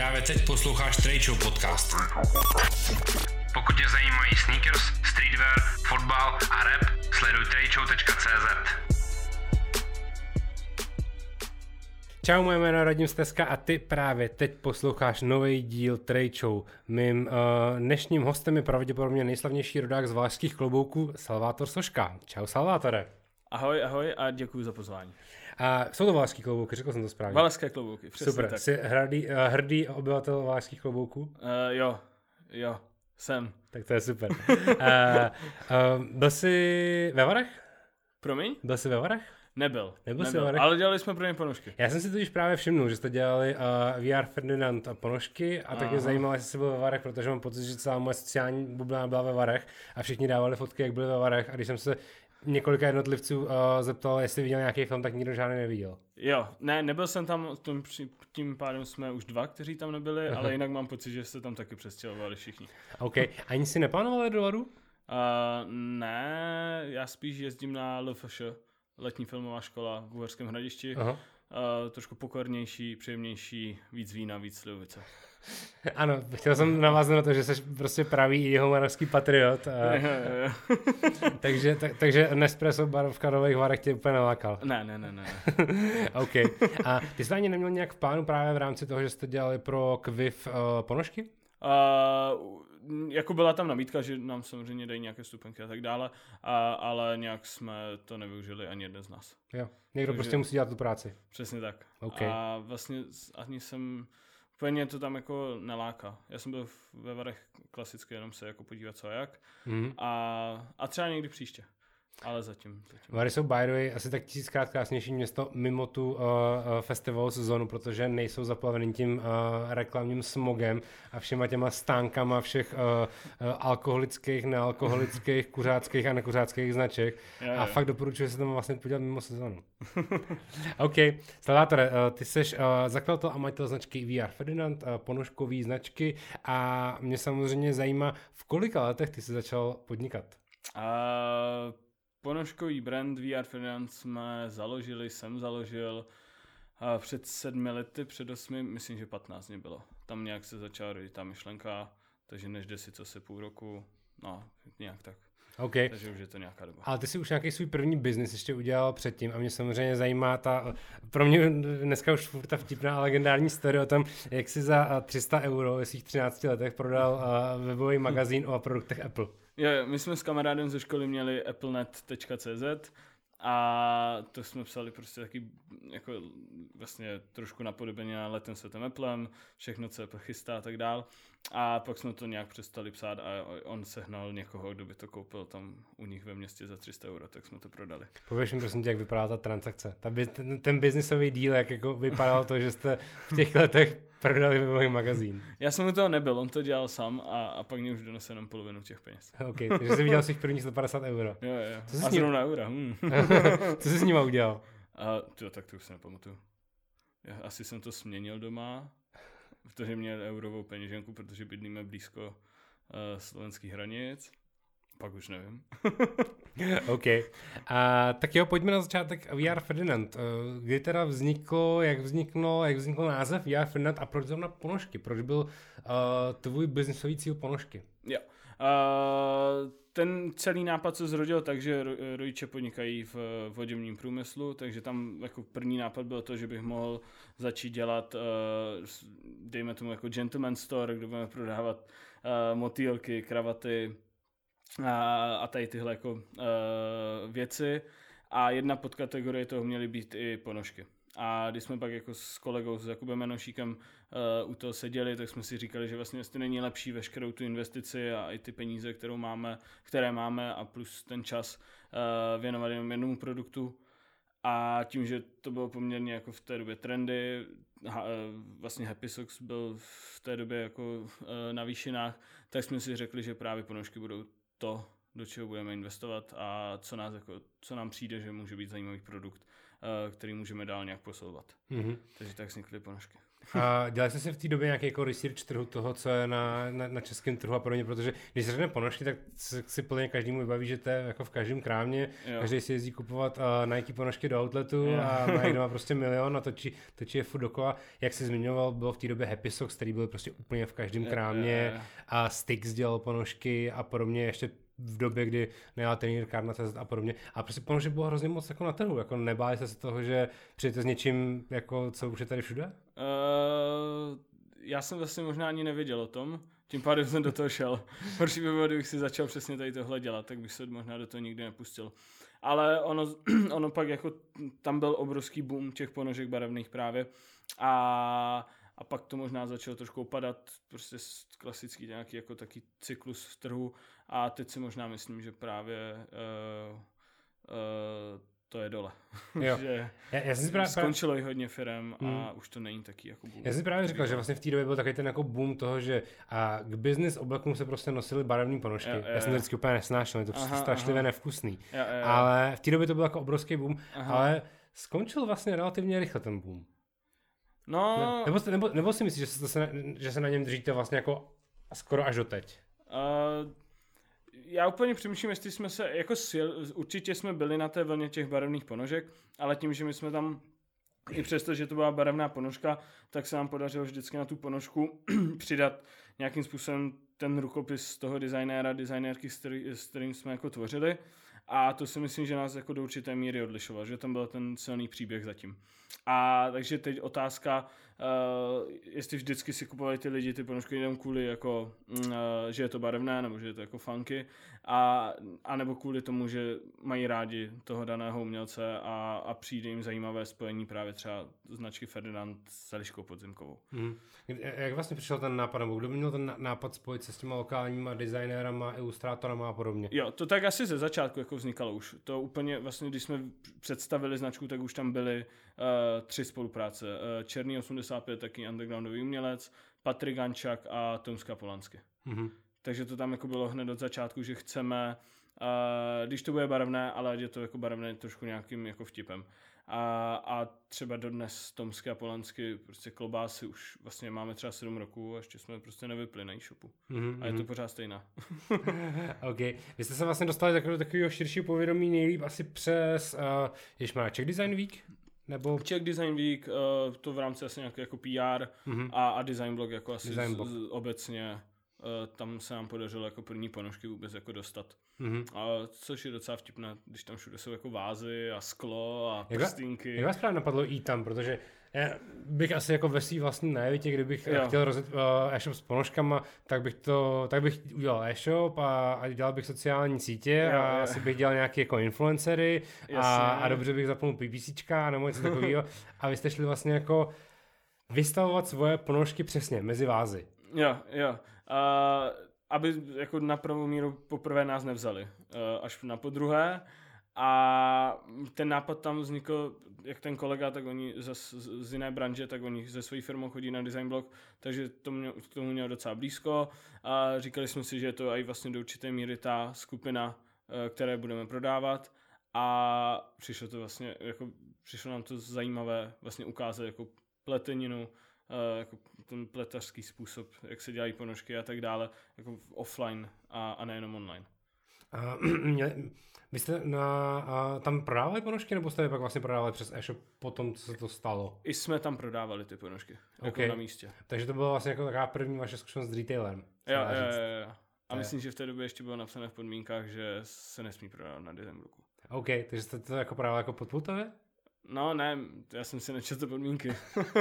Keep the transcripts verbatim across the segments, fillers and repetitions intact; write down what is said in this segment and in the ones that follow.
Právě teď posloucháš Trade Show podcast. Pokud tě zajímají sneakers, streetwear, fotbal a rap, sleduj tradeshow tečka cé zet. Čau, moje jméno je Radim Steska a ty právě teď posloucháš nový díl Trade Show. Mým uh, dnešním hostem je pravděpodobně nejslavnější rodák z Valašských klobouků, Salvátor Soška. Čau, Salvátore. Ahoj, ahoj a děkuji za pozvání. A jsou to Valašský klobouky, řekl jsem to správně. Valašské klobouky, přesně super. tak. Jsi hrdý, uh, hrdý obyvatel Valašských klobouků? Uh, jo, jo, jsem. Tak to je super. uh, uh, byl jsi ve Varech? Promiň? Byl jsi ve Varech? Nebyl, Nebyl, nebyl jsi ale dělali jsme pro ně ponožky. Já jsem si totiž právě všimnul, že jste dělali uh, V R Ferdinand ponožky a tak mě zajímalo, jestli jsi byl ve Varech, protože mám pocit, že celá moje sociální bublina byla ve Varech a všichni dávali fotky, jak byli ve Varech a když jsem se několika jednotlivců uh, zeptal, jestli viděl nějaký film, tak nikdo žádný neviděl. Jo, ne, nebyl jsem tam, tím, tím pádem jsme už dva, kteří tam nebyli, ale jinak mám pocit, že se tam taky přestěhovali všichni. OK, ani si neplánovali do Varu? Uh, ne, já spíš jezdím na L F Š, letní filmová škola v Uherském Hradišti. Uh, trošku pokornější, příjemnější, víc vína, víc slivovice. Ano, chtěl jsem navázat na to, že jsi prostě pravý jihomoravský patriot. A... takže, tak, takže Nespresso bar v Karlových Varech tě úplně nalákal. Ne, ne, ne, ne. OK. A ty jsi ani neměl nějak v plánu právě v rámci toho, že jste dělali pro Kviv uh, ponožky? Uh, jako byla tam nabídka, že nám samozřejmě dají nějaké stupenky a tak dále, a, ale nějak jsme to nevyužili ani jeden z nás. Jo, někdo Takže, prostě musí dělat tu práci. Přesně tak. Okay. A vlastně ani jsem, úplně to tam jako neláká. Já jsem byl ve Varech klasicky jenom se jako podívat co a jak mm. a, a třeba někdy příště. Ale zatím, zatím. Vary jsou by the way asi tak tisíckrát krásnější město mimo tu uh, festivalovou sezónu, protože nejsou zaplavený tím uh, reklamním smogem a všema těma stánkama všech uh, uh, alkoholických, nealkoholických, kuřáckých a nekuřáckých značek. Jo, jo. A fakt doporučuji se tam vlastně podívat mimo sezónu. OK. Salvátore, uh, ty seš uh, zakladatel a majitel značky V R Ferdinand, uh, ponožkový značky a mě samozřejmě zajímá, v kolika letech ty jsi začal podnikat? Uh... Ponožkový brand V R Ferdinand jsme založili, jsem založil a před sedmi lety, před osmi, myslím, že patnáct mě bylo. Tam nějak se začala rodit ta myšlenka, takže než jde si co se půl roku, no nějak tak. Okay. Takže už je to nějaká doba. Ale ty si už nějaký svůj první biznis ještě udělal předtím a mě samozřejmě zajímá ta, pro mě dneska už furt ta vtipná a legendární story o tom, jak si za tři sta euro ve svých třinácti letech prodal webový magazín o produktech Apple. Jo, jo, my jsme s kamarádem ze školy měli apple net tečka cé zet a to jsme psali prostě taky jako vlastně trošku napodobeně na letem světem Applem, všechno, co Apple chystá a tak dál. A pak jsme to nějak přestali psát a on sehnal někoho, kdo by to koupil tam u nich ve městě za tři sta euro, tak jsme to prodali. Pověš mi prosím tě, jak vypadá ta transakce. Ta, ten, ten biznisový díl, jak jako vypadal to, že jste v těch letech prodali webový magazín. Já jsem u toho nebyl, on to dělal sám a, a pak mě už donesl jenom polovinu těch peněz. OK, takže jsi viděl svých prvních sto padesát euro. Jo, jo, co a zrovna eura. Hmm. Co jsi s nima udělal? A, tyjo, tak to už si nepamatuju. Já asi jsem to směnil doma, protože měl eurovou peněženku, protože bydlíme blízko uh, slovenských hranic. Pak už nevím. OK. A, tak jo, pojďme na začátek V R Ferdinand. Kdy teda vzniklo, jak vzniklo, jak vznikl název V R Ferdinand a proč zrovna ponožky? Proč byl uh, tvůj biznisový cíl ponožky? Jo. Uh, ten celý nápad se zrodil tak, že rodiče podnikají v, v oděvním průmyslu, takže tam jako první nápad byl to, že bych mohl začít dělat, uh, dejme tomu jako gentleman store, kde budeme prodávat uh, motýlky, kravaty, A, a tady tyhle jako uh, věci a jedna podkategorie toho měly být i ponožky. A když jsme pak jako s kolegou, s Jakubem Menošíkem uh, u toho seděli, tak jsme si říkali, že vlastně jestli není lepší veškerou tu investici a i ty peníze, kterou máme, které máme a plus ten čas uh, věnovat jenom jednomu produktu. A tím, že to bylo poměrně jako v té době trendy, ha, vlastně Happy Socks byl v té době jako uh, na výšinách, tak jsme si řekli, že právě ponožky budou to, do čeho budeme investovat a co, nás jako, co nám přijde, že může být zajímavý produkt který můžeme dál nějak posouvat. Mm-hmm. Takže tak vznikly ponožky. A dělali jste si v té době nějaký jako research trhu toho, co je na, na, na českém trhu a podobně, protože když se řekne ponožky, tak si plně každému vybaví, že to je jako v každém krámě, jo. Každý si jezdí kupovat uh, Nike ponožky do outletu jo. A má jich doma prostě milion a točí, točí je furt dokola. Jak jsi zmiňoval, bylo v té době Happy Socks, který byl prostě úplně v každém krámě jo. A Styx dělal ponožky a podobně, ještě v době, kdy nejela trenýrkárna a podobně. A prostě ponožek bylo hrozně moc jako na trhu. Jako nebáli jste se toho, že přijete s něčím, jako, co už je tady všude? Uh, já jsem vlastně možná ani nevěděl o tom. Tím pádem jsem do toho šel. Horší by bylo, kdybych si začal přesně tady tohle dělat, tak bych se možná do toho nikdy nepustil. Ale ono, ono pak jako, tam byl obrovský boom těch ponožek barevných právě. A A pak to možná začalo trošku padat, prostě klasický nějaký jako taky cyklus v trhu a teď si možná myslím, že právě uh, uh, to je dole. Jo. že já, já jsem si právě, skončilo i hodně firem a hmm. už to není taky jako boom. Já jsem si právě říkal, že vlastně v té době byl takový ten jako boom toho, že a k business oblekům se prostě nosily barevné ponožky. Jo, jo, já jsem to vždycky úplně nesnášel, je to prostě strašlivě nevkusný. Jo, jo, jo. Ale v té době to byl jako obrovský boom, aha. Ale skončil vlastně relativně rychle ten boom. No, ne, nebo, nebo, nebo si myslíš, že se, se, že se na něm držíte vlastně jako skoro až doteď? Uh, já úplně přemýšlím, jestli jsme se, jako určitě jsme byli na té vlně těch barevných ponožek, ale tím, že my jsme tam, i přesto, že to byla barevná ponožka, tak se nám podařilo vždycky na tu ponožku přidat nějakým způsobem ten rukopis toho designéra, designérky, s, který, s kterým jsme jako tvořili. A to si myslím, že nás jako do určité míry odlišoval, že tam byl ten silný příběh zatím. A takže teď otázka, uh, jestli vždycky si kupovali ty lidi ty ponožky jenom kvůli jako, uh, že je to barevné, nebo že je to jako funky, a, a nebo kvůli tomu, že mají rádi toho daného umělce a, a přijde jim zajímavé spojení právě třeba značky Ferdinand s Eliškou Podzimkovou. Hmm. Jak vlastně přišel ten nápad, nebo kdo by měl ten nápad spojit se s těma lokálníma designérama, ilustrátorama a podobně? Jo, to tak asi ze začátku jako vznikalo už. To úplně vlastně, když jsme představili značku, tak už tam byly uh, tři spolupráce. Uh, Černý osmdesát pět, taky undergroundový umělec, Patrik Gančák a Tomská Polansky. Mm-hmm. Takže to tam jako bylo hned od začátku, že chceme, uh, když to bude barevné, ale ať je to jako barevné trošku nějakým jako vtipem. A, a třeba dodnes Tomské a Polansky, prostě klobásy už vlastně máme třeba sedm roků a ještě jsme prostě nevypli na e-shopu. Mm-hmm. A je to pořád stejná. OK. Vy jste se vlastně dostali do takového širšího povědomí nejlíp asi přes, uh, jež má Czech Design Week? Nebo... Czech Design Week, uh, to v rámci asi nějaký jako P R mm-hmm. a, a Design Blog jako asi z, z, obecně. Uh, tam se nám podařilo jako první ponožky vůbec jako dostat. Mm-hmm. A což je docela vtipné, když tam všude jsou jako vázy a sklo a prstínky. Jak vás právě napadlo jít tam, protože já bych asi jako ve svý vlastní naivitě, kdybych jo. chtěl rozjet uh, e-shop s ponožkama, tak bych to, tak bych udělal e-shop a, a dělal bych sociální sítě jo, a jo. asi bych dělal nějaké jako influencery a, a dobře bych zapnul PPCčka nebo něco takového. A vy jste šli vlastně jako vystavovat svoje ponožky přesně mezi vázy. Jo, jo. Uh, aby jako na prvou míru poprvé nás nevzali, uh, až na podruhé. A ten nápad tam vznikl, jak ten kolega, tak oni z, z jiné branže, tak oni ze své firmou chodí na Design Blog, takže to mě, k tomu mělo docela blízko. A říkali jsme si, že je to i vlastně do určité míry ta skupina, uh, které budeme prodávat. A přišlo to vlastně, jako, přišlo nám to zajímavé vlastně ukázat jako pleteninu, Uh, jako ten pletařský způsob, jak se dělají ponožky a tak dále, jako offline a, a nejenom online. Uh, vy jste na, uh, tam prodávali ponožky, nebo jste je pak vlastně prodávali přes e-shop po tom, co se to stalo? I jsme tam prodávali ty ponožky, jako okay. na místě. Takže to byla vlastně jako taková první vaše zkušenost s retailem. Jo, jo, jo, jo. A je. Myslím, že v té době ještě bylo napsané v podmínkách, že se nesmí prodávat na Design Blogu. OK, takže jste to jako prodávali jako podpultově? No ne, já jsem si nečetl podmínky.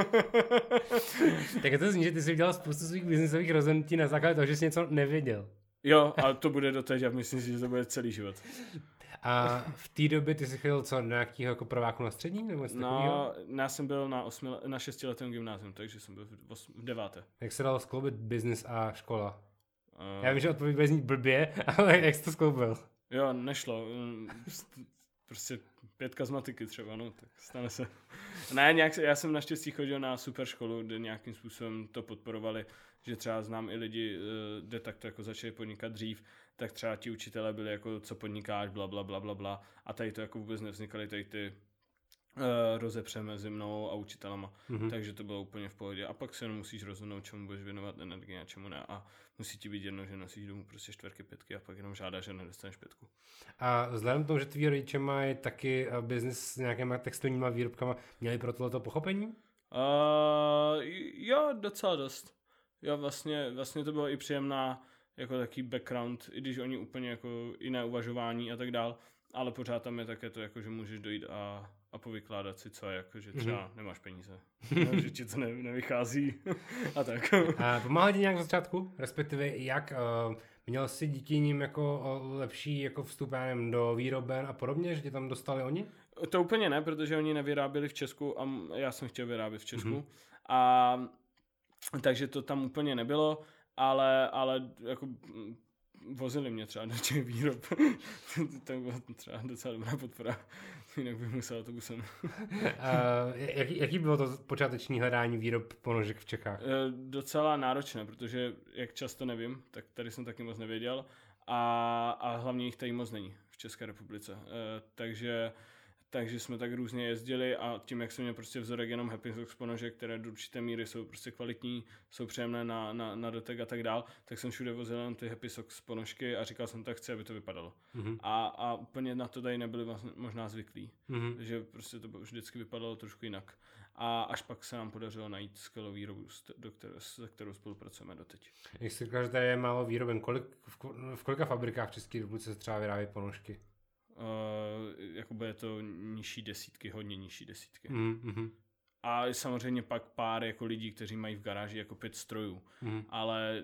Tak je to zní, že ty jsi udělal spoustu svých biznisových rozhodnutí na základě toho, že jsi něco nevěděl. Jo, a to bude doteď a myslím si, že to bude celý život. A v té době ty jsi chodil co, do nějakého jako prváku na střední? Nebo no, já jsem byl na, osmi, na šestiletém gymnázium, takže jsem byl v, osm, v deváté. Jak se dalo skloubit biznis a škola? Uh... Já vím, že odpověď bude znít blbě, ale jak jsi to skloubil? Jo, nešlo. Prostě pětka z matiky třeba, no, tak stane se. Ne, nějak, já jsem naštěstí chodil na super školu, kde nějakým způsobem to podporovali, že třeba znám i lidi, kde takto jako začali podnikat dřív, tak třeba ti učitelé byli jako, co podnikáš, bla, bla, bla, bla, bla. A tady to jako vůbec nevznikaly tady ty uh, rozepře mezi mnou a učitelama. Mm-hmm. Takže to bylo úplně v pohodě. A pak se jenom musíš rozhodnout, čemu budeš věnovat energii a čemu ne. A musí ti být jedno, že nosíš domů prostě čtverky, pětky a pak jenom žádáš, že nedostaneš pětku. A vzhledem k tomu, že tví rodiče mají taky biznis s nějakýma textilníma výrobkama, měli pro tohleto pochopení? Uh, jo, docela dost. Jo, vlastně, vlastně to bylo i příjemná jako taký background, i když oni úplně jako jiné uvažování a tak dál, ale pořád tam je také to, jako, že můžeš dojít a, a povykládat si, co je, jako, že třeba mm-hmm. nemáš peníze, no, že ti to ne, nevychází a tak. A pomáhal ti nějak v začátku? Respektive jak uh, měl jsi díky ním jako uh, lepší jako vstup do výroben a podobně, že tě tam dostali oni? To úplně ne, protože oni nevyráběli v Česku a já jsem chtěl vyrábět v Česku. Mm-hmm. A takže to tam úplně nebylo, ale, ale jako vozili mě třeba do těch výrob. To byla třeba docela dobrá podpora. Jinak bych musel autobusem. uh, jaký, jaký bylo to počáteční hledání výrob ponožek v Čechách? Docela náročné, protože jak často nevím, tak tady jsem taky moc nevěděl. A, a hlavně jich tady moc není v České republice. Uh, takže Takže jsme tak různě jezdili a tím, jak jsem měl prostě vzorek jenom Happy Socks ponožek, které do určité míry jsou prostě kvalitní, jsou příjemné na, na, na dotek a tak dál, tak jsem všude vozil jenom ty Happy Socks ponožky a říkal jsem, tak chci, aby to vypadalo. Mm-hmm. A, a úplně na to tady nebyli možná zvyklí, mm-hmm. že prostě to vždycky vypadalo trošku jinak. A až pak se nám podařilo najít skvělou výrobu, do které, se kterou spolupracujeme doteď. Jak jsi říkal, že tady je málo výroben, kolik, v, v kolika fabrikách v České republice se třeba vyrábí ponožky? Uh, jakoby je to nižší desítky, hodně nižší desítky. Mm-hmm. A samozřejmě pak pár jako lidí, kteří mají v garáži jako pět strojů. Mm-hmm. Ale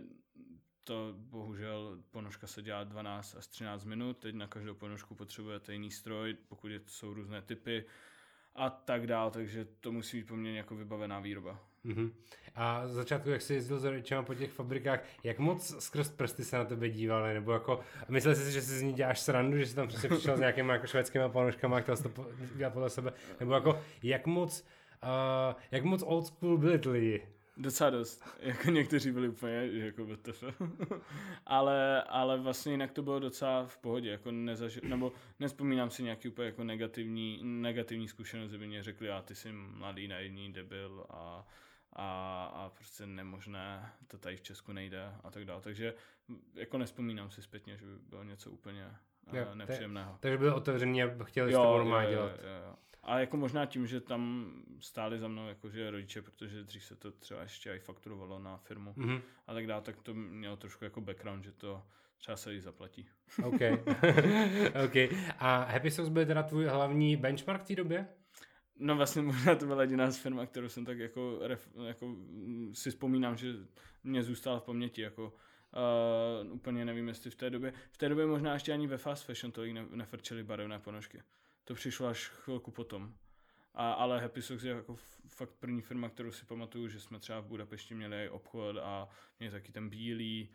to bohužel ponožka se dělá dvanáct až třináct minut, teď na každou ponožku potřebujete jiný stroj, pokud je, jsou různé typy a tak dál, takže to musí být poměrně jako vybavená výroba. Mm-hmm. A z začátku, jak jsi jezdil s rodičema po těch fabrikách, jak moc skrz prsty se na tebe dívali, nebo jako myslel jsi si, že si z ní děláš srandu, že jsi tam přesně přišel s nějakýma jako švédskýma ponožkama a chtěl jsi to dělat podle sebe, nebo jako jak moc, uh, jak moc old school byli ty lidi? Docela dost, jako někteří byli úplně jako W T F. ale, ale vlastně jinak to bylo docela v pohodě, jako nezaži- nebo nespomínám si nějaký úplně jako negativní, negativní zkušenost, že by mě řekli, a ty jsi mladý, naivní, debil a A, a prostě nemožné, to tady v Česku nejde a tak dále. Takže jako nespomínám si zpětně, že by bylo něco úplně jo, nepříjemného. Te, takže byli otevřený a chtěli s tebou normálně dělat. Jo, jo. A jako možná tím, že tam stáli za mnou jakože rodiče, protože dřív se to třeba ještě i fakturovalo na firmu mm-hmm. a tak dále, tak to mělo trošku jako background, že to třeba se jí zaplatí. OK. OK. A Happy Socks byl teda tvůj hlavní benchmark v té době? No vlastně možná to byla jediná z firma, kterou jsem tak jako, ref, jako si vzpomínám, že mě zůstala v paměti, jako uh, úplně nevím, jestli v té době, v té době možná ještě ani ve fast fashion tolik ne, nefrčely barevné ponožky. To přišlo až chvilku potom. A, ale Happy Socks je jako fakt první firma, kterou si pamatuju, že jsme třeba v Budapešti měli obchod a měli taky ten bílý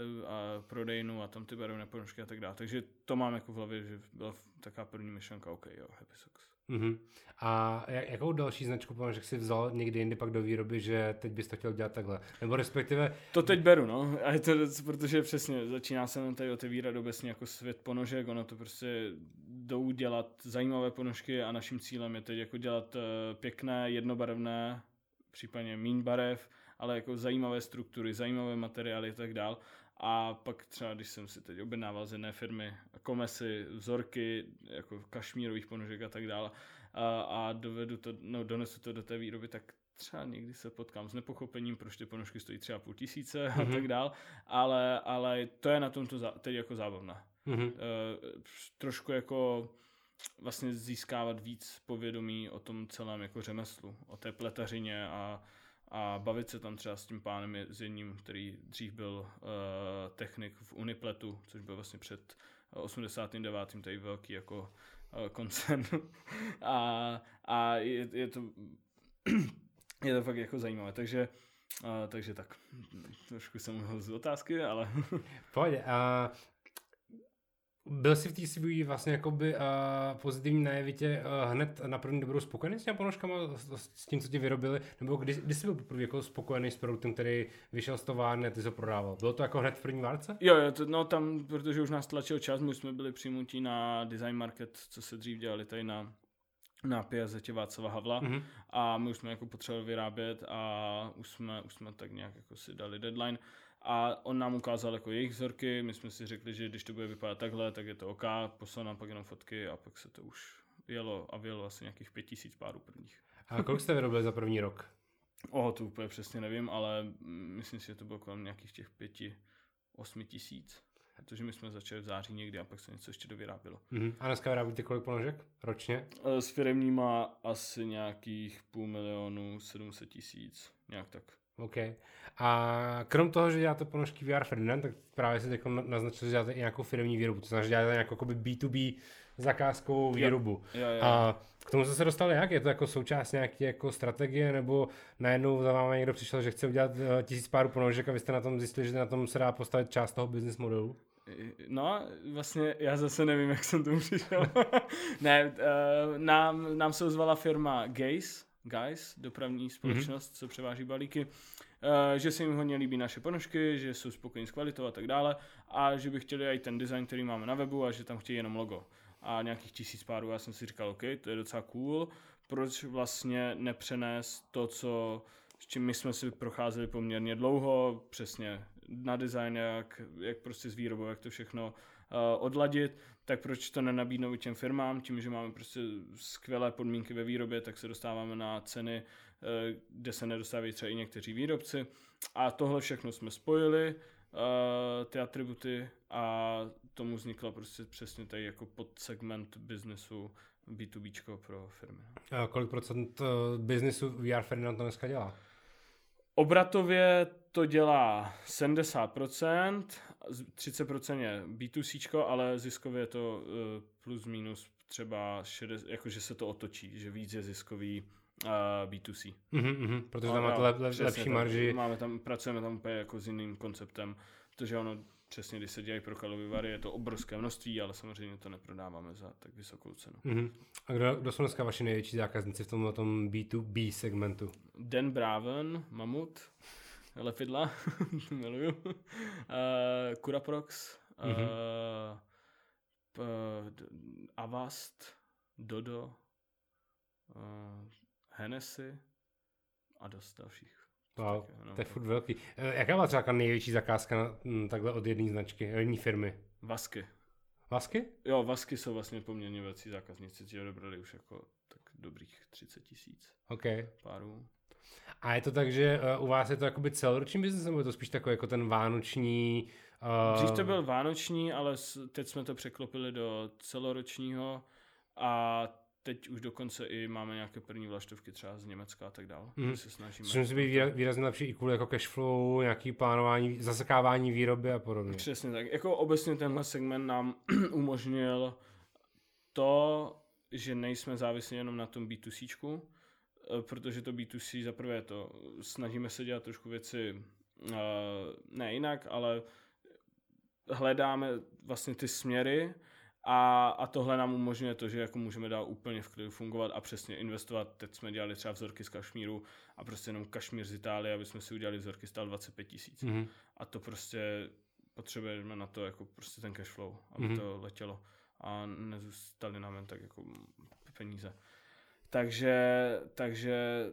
a prodejnu a tam ty barevné ponožky a tak dále. Takže to mám jako v hlavě, že byla taková první myšlenka, OK, jo, Happy Socks. Mm-hmm. A jakou další značku ponožek jsi vzal někdy jindy pak do výroby, že teď bys to chtěl dělat takhle? Nebo respektive... To teď beru, no. A je to, protože přesně začíná se nám tady otevírat obecně jako svět ponožek, ono to prostě jdou dělat zajímavé ponožky a naším cílem je teď jako dělat uh, pěkné, jednobarevné, případně míň barev, ale jako zajímavé struktury, zajímavé materiály a tak dál. A pak třeba, když jsem si teď objednával z jedné firmy komesy, vzorky, jako kašmírových ponožek a tak dále a, a dovedu to, no, donesu to do té výroby, tak třeba někdy se potkám s nepochopením, proč ty ponožky stojí třeba půl tisíce mm-hmm. a tak dál, ale, ale to je na tom to za, teď jako zábavné. Mm-hmm. E, trošku jako vlastně získávat víc povědomí o tom celém jako řemeslu, o té pletařině a a bavit se tam třeba s tím pánem s jedním, který dřív byl uh, technik v Unipletu, což byl vlastně před osmdesátým devátým tady velký jako uh, koncern. a a je, je to je to fakt jako zajímavé, takže uh, takže tak. Trošku jsem mluvil z otázky, ale... Pojď, a byl jsi v té svůj vlastně jakoby uh, pozitivní naivitě uh, hned na první dobrou spokojený s těmi ponožkama, s, s tím, co ti vyrobili, nebo kdy, kdy jsi byl poprvé jako spokojený s produktem, který vyšel z továrny a ty se prodával? Bylo to jako hned v první várce? Jo, jo, to, no tam, protože už nás tlačil čas, my jsme byli přijmutí na Design Market, co se dřív dělali tady na na Piazetě Václava Havla mm-hmm. a my už jsme jako potřebovali vyrábět a už jsme, už jsme tak nějak jako si dali deadline a on nám ukázal jako jejich vzorky, my jsme si řekli, že když to bude vypadat takhle, tak je to OK, poslal nám pak jenom fotky a pak se to už jelo a vyjelo asi nějakých pět tisíc párů prvních. A kolik jste vyrobili za první rok? O, to úplně přesně nevím, ale myslím si, že to bylo kolem nějakých těch pěti, osmi tisíc. Protože my jsme začali v září někdy a pak se něco ještě dovyrábělo. Mm-hmm. A dneska vyrábíte kolik ponožek ročně? S firemníma asi nějakých půl milionu, sedm set tisíc, nějak tak. OK. A krom toho, že děláte ponožky V R Ferdinand, tak právě se teď naznačil, že děláte i nějakou firemní výrobu. To znamená, že děláte nějakou B to B zakázkovou výrobu. Jo, jo, jo. A k tomu jste se dostali jak? Je to jako součást nějaké jako strategie, nebo najednou za vámi někdo přišel, že chce udělat uh, tisíc párů ponožek a vy jste na tom zjistili, že na tom se dá postavit část toho business modelu? No, vlastně já zase nevím, jak jsem tomu přišel. ne, uh, nám, nám se ozvala firma Gaze, Guys, dopravní společnost, mm-hmm. co převáží balíky, uh, že se jim hodně líbí naše ponožky, že jsou spokojení s kvalitou a tak dále a že by chtěli i ten design, který máme na webu a že tam chtějí jenom logo a nějakých tisíc párů. Já jsem si říkal, OK, to je docela cool, proč vlastně nepřenést to, co, s čím my jsme si procházeli poměrně dlouho, přesně na design, jak, jak prostě s výrobou, jak to všechno uh, odladit, tak proč to nenabídnout těm firmám, tím, že máme prostě skvělé podmínky ve výrobě, tak se dostáváme na ceny, uh, kde se nedostávají třeba i někteří výrobci a tohle všechno jsme spojili, uh, ty atributy a tomu vzniklo prostě přesně tady jako podsegment biznesu B to B pro firmy. A kolik procent biznesu V R Ferdinand to dneska dělá? Obratově to dělá sedmdesát procent, třicet procent je B to C, ale ziskově je to plus minus třeba šedesát, jakože se to otočí, že víc je ziskový uh, B to C. Mm-hmm, mm-hmm, protože tam máte lep, lep, lepší marži. Máme tam, pracujeme tam úplně jako s jiným konceptem, protože ono přesně, když se dělají pro kalovivary, je to obrovské množství, ale samozřejmě to neprodáváme za tak vysokou cenu. Mm-hmm. A kdo, kdo jsou dneska vaši největší zákazníci v tomhle tom B to B segmentu? Dan Braven, Mamut, Lepidla, to miluju, uh, Curaprox, uh, mm-hmm. p, Avast, Dodo, uh, Hennessy a dost dalších. Wow, tak, no, to je furt velký. Jaká byla třeba největší zakázka na, m, takhle od jedné značky, jedné firmy? Vasky. Vasky? Jo, Vasky jsou vlastně poměrně velcí zákazníci, ti odebrali už jako tak dobrých třicet tisíc okay. párů. A je to tak, že uh, u vás je to jakoby celoroční biznes, nebo je to spíš takový jako ten vánoční? Uh... Dřív to byl vánoční, ale teď jsme to překlopili do celoročního a teď už dokonce i máme nějaké první vlaštovky třeba z Německa a tak dále. Mm. Se snažíme. Což musí být výrazně lepší i kvůli jako cashflow, nějaký plánování, zasekávání výroby a podobně. Přesně tak. Jako obecně tenhle segment nám umožnil to, že nejsme závislí jenom na tom B to C, protože to B to C zaprvé to snažíme se dělat trošku věci uh, ne jinak, ale hledáme vlastně ty směry a, a tohle nám umožňuje to, že jako můžeme dál úplně v klidu fungovat a přesně investovat. Teď jsme dělali třeba vzorky z kašmíru a prostě jenom kašmír z Itálie, aby jsme si udělali vzorky, stál dvacet pět tisíc. Mm-hmm. A to prostě potřebujeme na to jako prostě ten cash flow, aby mm-hmm. to letělo a nezůstaly nám jen tak jako peníze. Takže, takže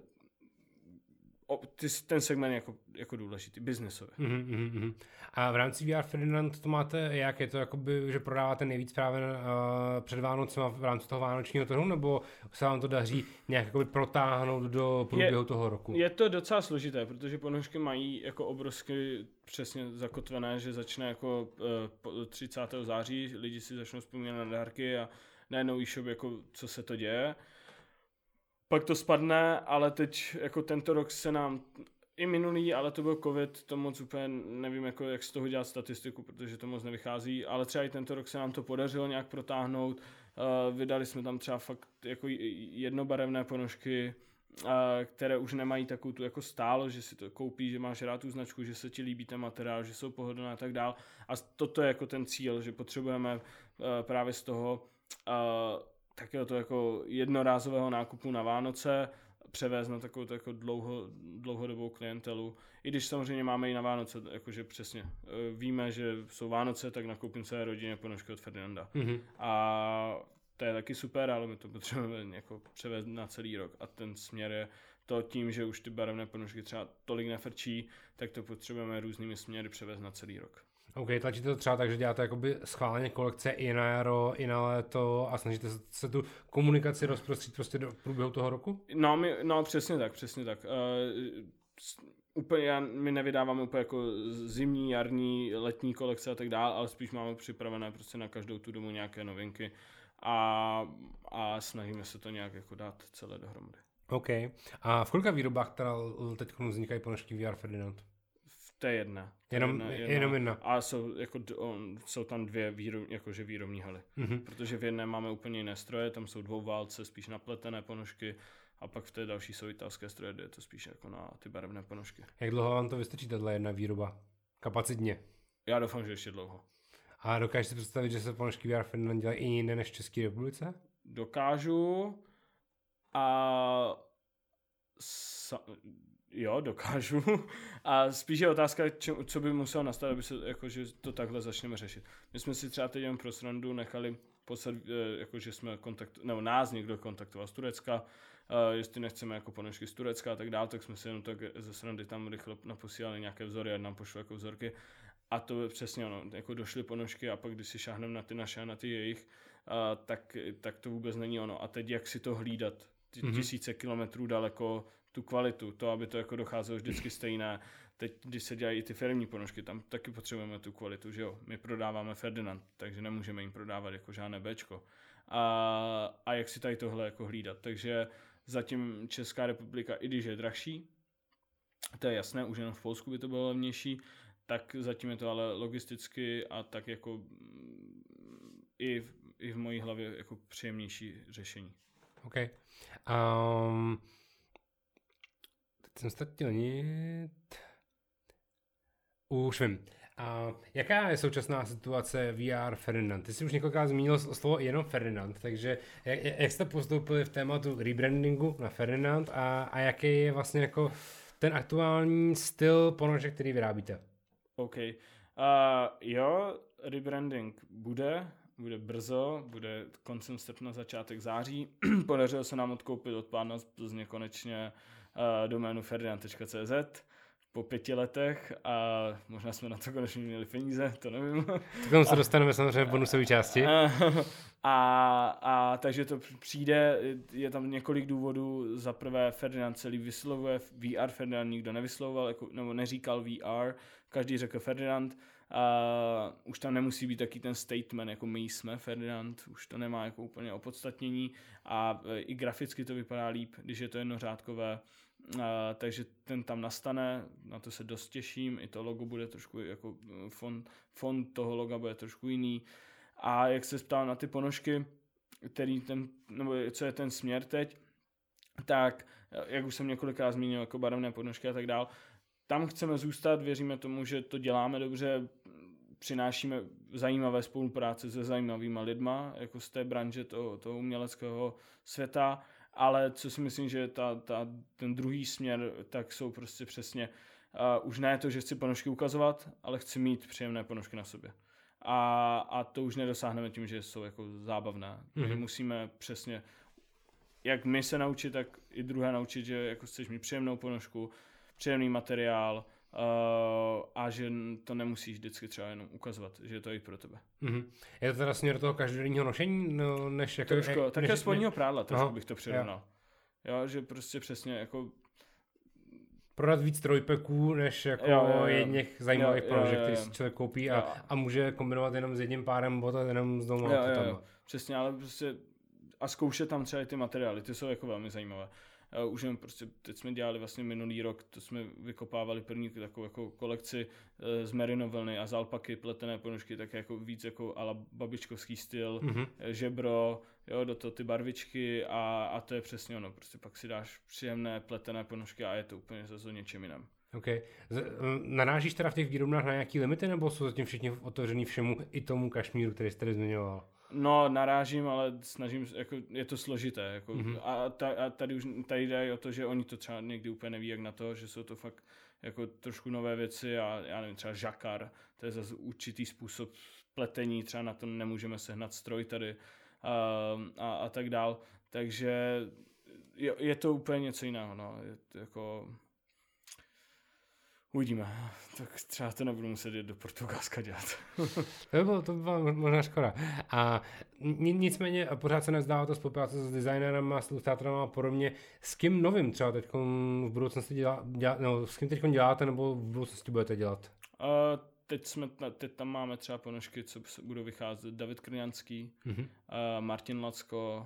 o, ty, ten segment je jako, jako důležitý, biznesově. Mm-hmm, mm-hmm. A v rámci V R Ferdinand to máte jak? Je to jakoby, že prodáváte nejvíc právě uh, před Vánocema v rámci toho vánočního trhu, nebo se vám to daří nějak jakoby protáhnout do průběhu je, toho roku? Je to docela složité, protože ponožky mají jako obrovsky přesně zakotvené, že začne jako uh, třicátého září, lidi si začnou vzpomínat na dárky a najednou e-shop jako co se to děje. Pak to spadne, ale teď jako tento rok se nám, i minulý, ale to byl covid, to moc úplně nevím, jako, jak z toho dělat statistiku, protože to moc nevychází, ale třeba i tento rok se nám to podařilo nějak protáhnout, uh, vydali jsme tam třeba fakt jako jednobarevné ponožky, uh, které už nemají takovou tu jako stálo, že si to koupí, že máš rád tu značku, že se ti líbí ten materiál, že jsou pohodlné a tak dál. A toto je jako ten cíl, že potřebujeme uh, právě z toho uh, takového to jako jednorázového nákupu na Vánoce převést na takovou jako dlouho, dlouhodobou klientelu. I když samozřejmě máme i na Vánoce, jakože přesně víme, že jsou Vánoce, tak nakoupím celé rodině ponožky od Ferdinanda. Mm-hmm. A to je taky super, ale my to potřebujeme jako převést na celý rok a ten směr je to tím, že už ty barevné ponožky třeba tolik nefrčí, tak to potřebujeme různými směry převést na celý rok. OK, tlačíte to třeba tak, že děláte jakoby schválně kolekce i na jaro, i na léto a snažíte se tu komunikaci rozprostřít prostě do průběhu toho roku? No, my, no přesně tak, přesně tak. Uh, úplně, my nevydáváme úplně jako zimní, jarní, letní kolekce a tak dále, ale spíš máme připravené prostě na každou tu dobu nějaké novinky a, a snažíme se to nějak jako dát celé dohromady. OK. A v kolika výrobách teda teď vznikají ponožky V R Ferdinand? V té jedné. Jenom jedna, jedna. jedna. Jenom jedna. A jsou, jako, on, jsou tam dvě výrob, jakože výrobní haly. Mm-hmm. Protože v jedné máme úplně jiné stroje, tam jsou dvouválce, spíš napletené ponožky, a pak v té další jsou italské stroje, kde je to spíš jako na ty barevné ponožky. Jak dlouho vám to vystačí, tato jedna výroba? Kapacitně? Já doufám, že ještě dlouho. A dokážeš si představit, že se ponožky V R Ferdinand dělají i jinde než v České republice? Dokážu a sa... jo, dokážu. A spíš je otázka, či, co by muselo nastat, aby se jako, že to takhle začneme řešit. My jsme si třeba teď jen pro srandu nechali posled, jako, že jsme kontakt, nebo nás někdo kontaktoval z Turecka, uh, jestli nechceme jako ponožky z Turecka a tak dále, tak jsme si jenom tak ze srandy tam rychle naposílali nějaké vzory a nám pošlo jako vzorky. A to je přesně ono, jako došly ponožky a pak když si šáhneme na ty naše a na ty jejich, uh, tak, tak to vůbec není ono. A teď jak si to hlídat, ty mm-hmm. tisíce kilometrů daleko, tu kvalitu, to, aby to jako docházelo vždycky stejné. Teď, když se dělají i ty firmní ponožky, tam taky potřebujeme tu kvalitu, že jo. My prodáváme Ferdinand, takže nemůžeme jim prodávat jako žádné Bčko. A, a jak si tady tohle jako hlídat. Takže zatím Česká republika, i když je drahší, to je jasné, už jenom v Polsku by to bylo levnější, tak zatím je to ale logisticky a tak jako i v, i v mojí hlavě jako příjemnější řešení. OK. Um... Jsem ztratil nit. Už vím. A jaká je současná situace V R Ferdinand? Ty jsi už několikrát zmínil slovo jenom Ferdinand, takže jak, jak jste postoupili v tématu rebrandingu na Ferdinand a, a jaký je vlastně jako ten aktuální styl ponožek, který vyrábíte? OK. Uh, jo, rebranding bude, bude brzo, bude koncem srpna, začátek září. Podařilo se nám odkoupit od pána z Plzně konečně uh, doménu ferdinand tečka cé zet po pěti letech a možná jsme na to konečně měli peníze, to nevím. K tomu se dostaneme samozřejmě v bonusové části. A, a, a takže to přijde, je tam několik důvodů. Za prvé Ferdinand celý vyslovuje V R Ferdinand, nikdo nevyslovoval, jako, nebo neříkal V R, každý řekl Ferdinand. Uh, už tam nemusí být taky ten statement, jako my jsme Ferdinand, už to nemá jako úplně opodstatnění a uh, i graficky to vypadá líp, když je to jednořádkové, uh, takže ten tam nastane, na to se dost těším, i to logo bude trošku, jako font, font toho loga bude trošku jiný a jak se ptal na ty ponožky, který ten, nebo co je ten směr teď, tak jak už jsem několikrát zmínil, jako barevné ponožky a tak dál, tam chceme zůstat, věříme tomu, že to děláme dobře, přinášíme zajímavé spolupráce se zajímavýma lidma, jako z té branže toho, toho uměleckého světa, ale co si myslím, že ta, ta, ten druhý směr, tak jsou prostě přesně, uh, už ne to, že chci ponožky ukazovat, ale chci mít příjemné ponožky na sobě. A, a to už nedosáhneme tím, že jsou jako zábavné. Mm-hmm. My musíme přesně, jak my se naučit, tak i druhé naučit, že jako chceš mít příjemnou ponožku, příjemný materiál uh, a že to nemusíš vždycky třeba jenom ukazovat, že je to i pro tebe. Mm-hmm. Je to teda směr toho každodenního nošení? No, než jako, trošku, jak, také spodního prádla, trošku Aha, bych to přirovnal. Jo. jo, že prostě přesně jako prodat víc trojpeků, než jako jo, jo, jo. jedněch zajímavých ponožek, který si člověk koupí a, jo. a může kombinovat jenom s jedním párem bot a jenom s dvěma outfitama. Přesně, ale prostě a zkoušet tam třeba i ty materiály, ty jsou jako velmi zajímavé. Uh, už jen prostě, teď jsme dělali vlastně minulý rok, to jsme vykopávali první takovou jako kolekci uh, z merino vlny a z alpaky pletené ponožky, tak jako víc jako ala babičkovský styl, mm-hmm. žebro, jo, do toho ty barvičky a, a to je přesně ono, prostě pak si dáš příjemné pletené ponožky a je to úplně zase o něčem jiném. OK. Narážíš teda v těch výrobnách na nějaký limity, nebo jsou zatím všichni otevřený všemu, i tomu kašmíru, který jste tady zmiňoval? No, narážím, ale snažím, jako, je to složité. Jako, mm-hmm. a, ta, a tady už tady jde o to, že oni to třeba někdy úplně neví, jak na to, že jsou to fakt jako trošku nové věci a já nevím, třeba žakar, to je zase určitý způsob pletení, třeba na to nemůžeme sehnat stroj tady a, a tak dál. Takže je, je to úplně něco jiného. No. Je to jako... Uvidíme. Tak třeba to nebudu muset jít do Portugalska dělat. to by bylo, to by byla možná škoda. A nicméně pořád se nezdává to spolupráce s designérama, s ilustrátorama a podobně. S kým novým třeba teď v budoucnosti dělá, dělá, no, s kým teď děláte nebo v budoucnosti budete dělat? Uh, teď, jsme, teď tam máme třeba ponožky, co budou vycházet. David Krňanský, mm-hmm. uh, Martin Lacko,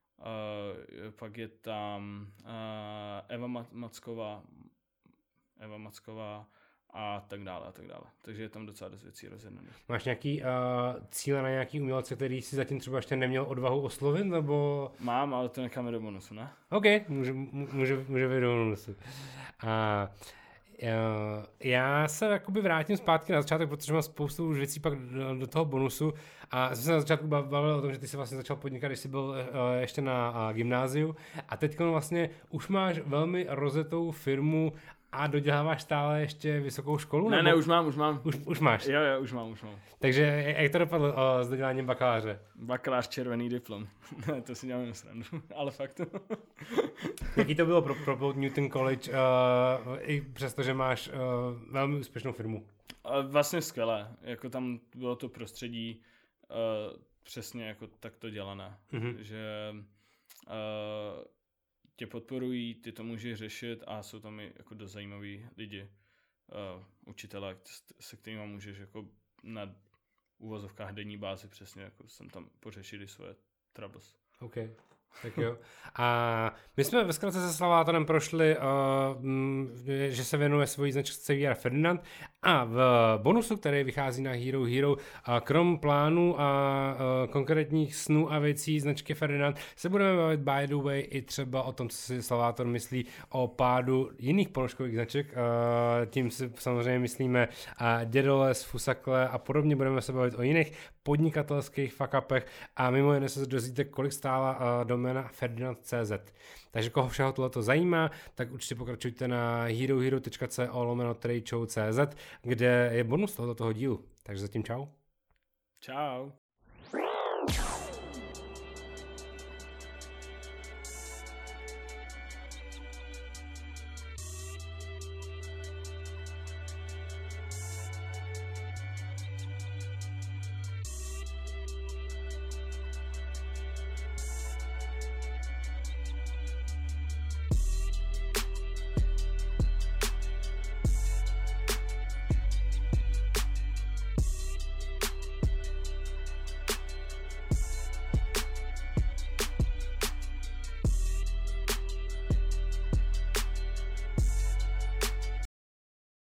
uh, pak je tam uh, Eva Macková, Eva Macková a tak dále a tak dále. Takže je tam docela dost věcí rozjednaných. Máš nějaký uh, cíle na nějaký umělce, který si zatím třeba ještě neměl odvahu oslovit, nebo... Mám, ale to necháme do bonusu, ne? OK, může, může, může být do bonusu. A uh, já se jakoby vrátím zpátky na začátek, protože mám spoustu už věcí pak do, do toho bonusu a jsem se na začátku bavil o tom, že ty jsi vlastně začal podnikat, když jsi byl uh, ještě na uh, gymnáziu a teď vlastně už máš velmi rozetou firmu a doděláváš stále ještě vysokou školu? Ne, nebo? ne, už mám, už mám. Už, už máš? Jo, jo, už mám, už mám. Takže jak to dopadlo o, s doděláním bakaláře? Bakalář červený diplom. Ne, to si dělám srandu, ale fakt. Jaký to bylo pro, pro Newton College, uh, i přesto, že máš uh, velmi úspěšnou firmu? Uh, vlastně skvělé. Jako tam bylo to prostředí uh, přesně jako takto dělané. Mm-hmm. Že... Uh, tě podporují, ty to můžeš řešit a jsou tam i jako dost zajímaví lidi, uh, učitelé, se kterými můžeš jako na uvozovkách denní bázi přesně jako jsem tam pořešili svoje troubles. Okay. Tak jo. A my jsme ve zkratce se Slavátorem prošli, uh, že se věnuje svojí značce V R Ferdinand a v bonusu, který vychází na Hero Hero, a krom plánů a uh, konkrétních snů a věcí značky Ferdinand se budeme bavit by the way i třeba o tom, co si Slavátor myslí o pádu jiných ponožkových značek. Uh, tím si samozřejmě myslíme uh, Dědoles, Fusakle a podobně. Budeme se bavit o jiných podnikatelských fuck-upech a mimo jiné se dozvíte, kolik stála uh, doména Ferdinand tečka cé zet. Takže koho všeho tohleto zajímá, tak určitě pokračujte na herohero tečka co lomeno trade show tečka cé zet, kde je bonus tohoto dílu. Takže zatím čau. Čau.